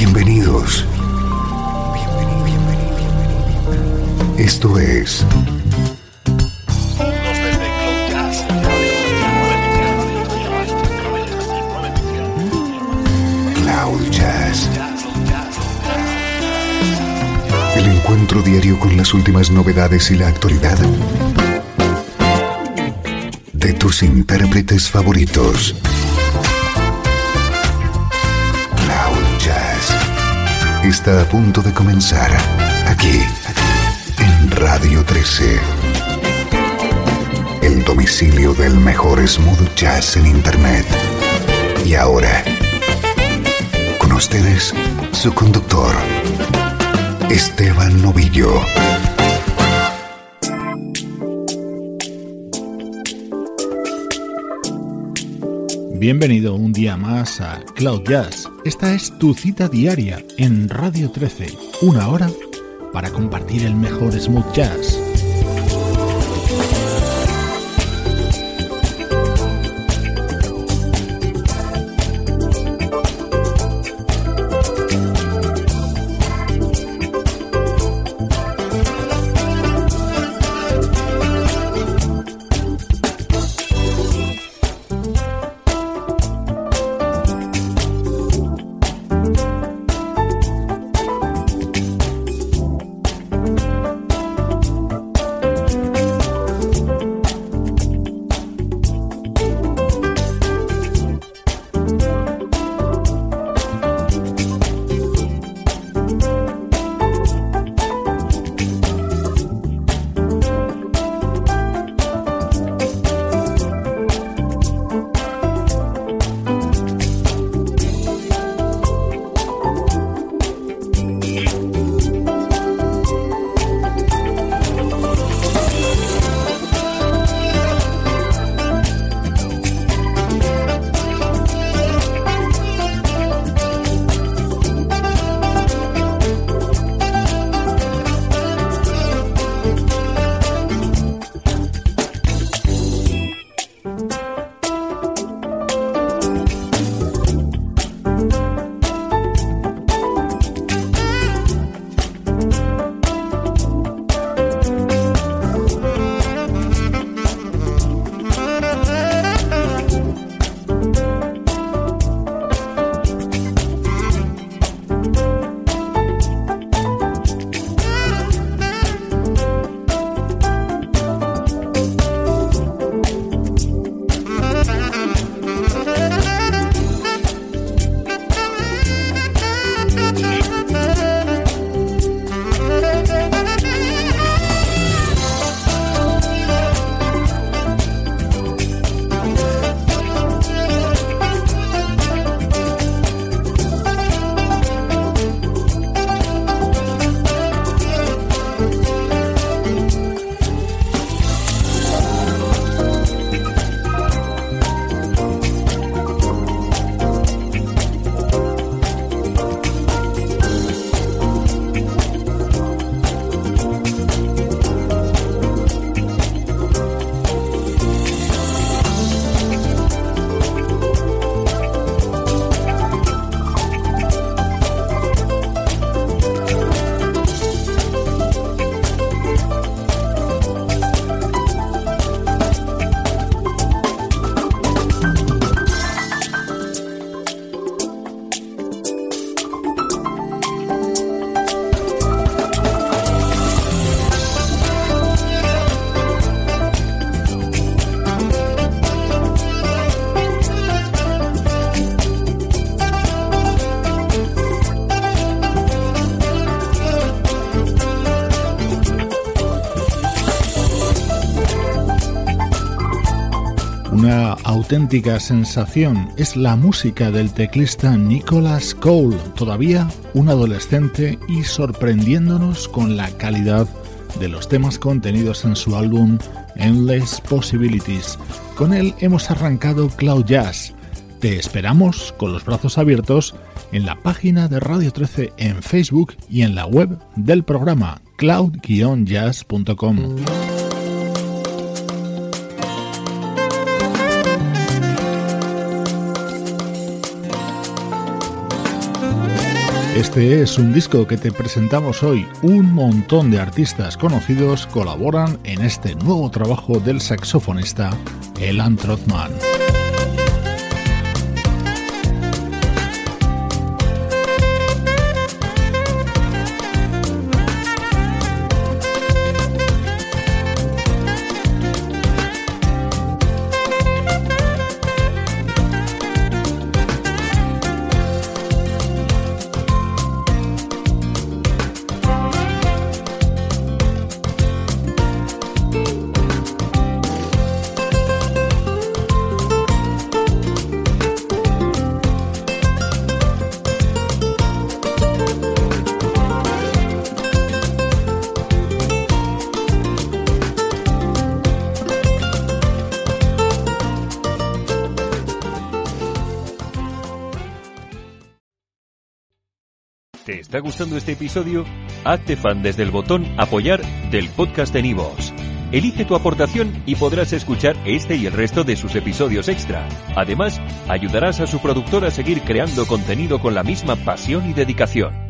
Bienvenidos. Esto es Cloud Jazz. El encuentro diario con las últimas novedades y la actualidad de tus intérpretes favoritos. Cloud Jazz está a punto de comenzar aquí en Radio 13, el domicilio del mejor smooth jazz en internet. Y ahora, con ustedes, su conductor, Esteban Novillo. Bienvenido un día más a Cloud Jazz. Esta es tu cita diaria en Radio 13, una hora para compartir el mejor smooth jazz. Una auténtica sensación es la música del teclista Nicholas Cole, todavía un adolescente y sorprendiéndonos con la calidad de los temas contenidos en su álbum Endless Possibilities. Con él hemos arrancado Cloud Jazz. Te esperamos con los brazos abiertos en la página de Radio 13 en Facebook y en la web del programa cloud-jazz.com. Este es un disco que te presentamos hoy. Un montón de artistas conocidos colaboran en este nuevo trabajo del saxofonista Ilan Trotman. ¿Te está gustando este episodio? Hazte fan desde el botón Apoyar del podcast de Nivos. Elige tu aportación y podrás escuchar este y el resto de sus episodios extra. Además, ayudarás a su productor a seguir creando contenido con la misma pasión y dedicación.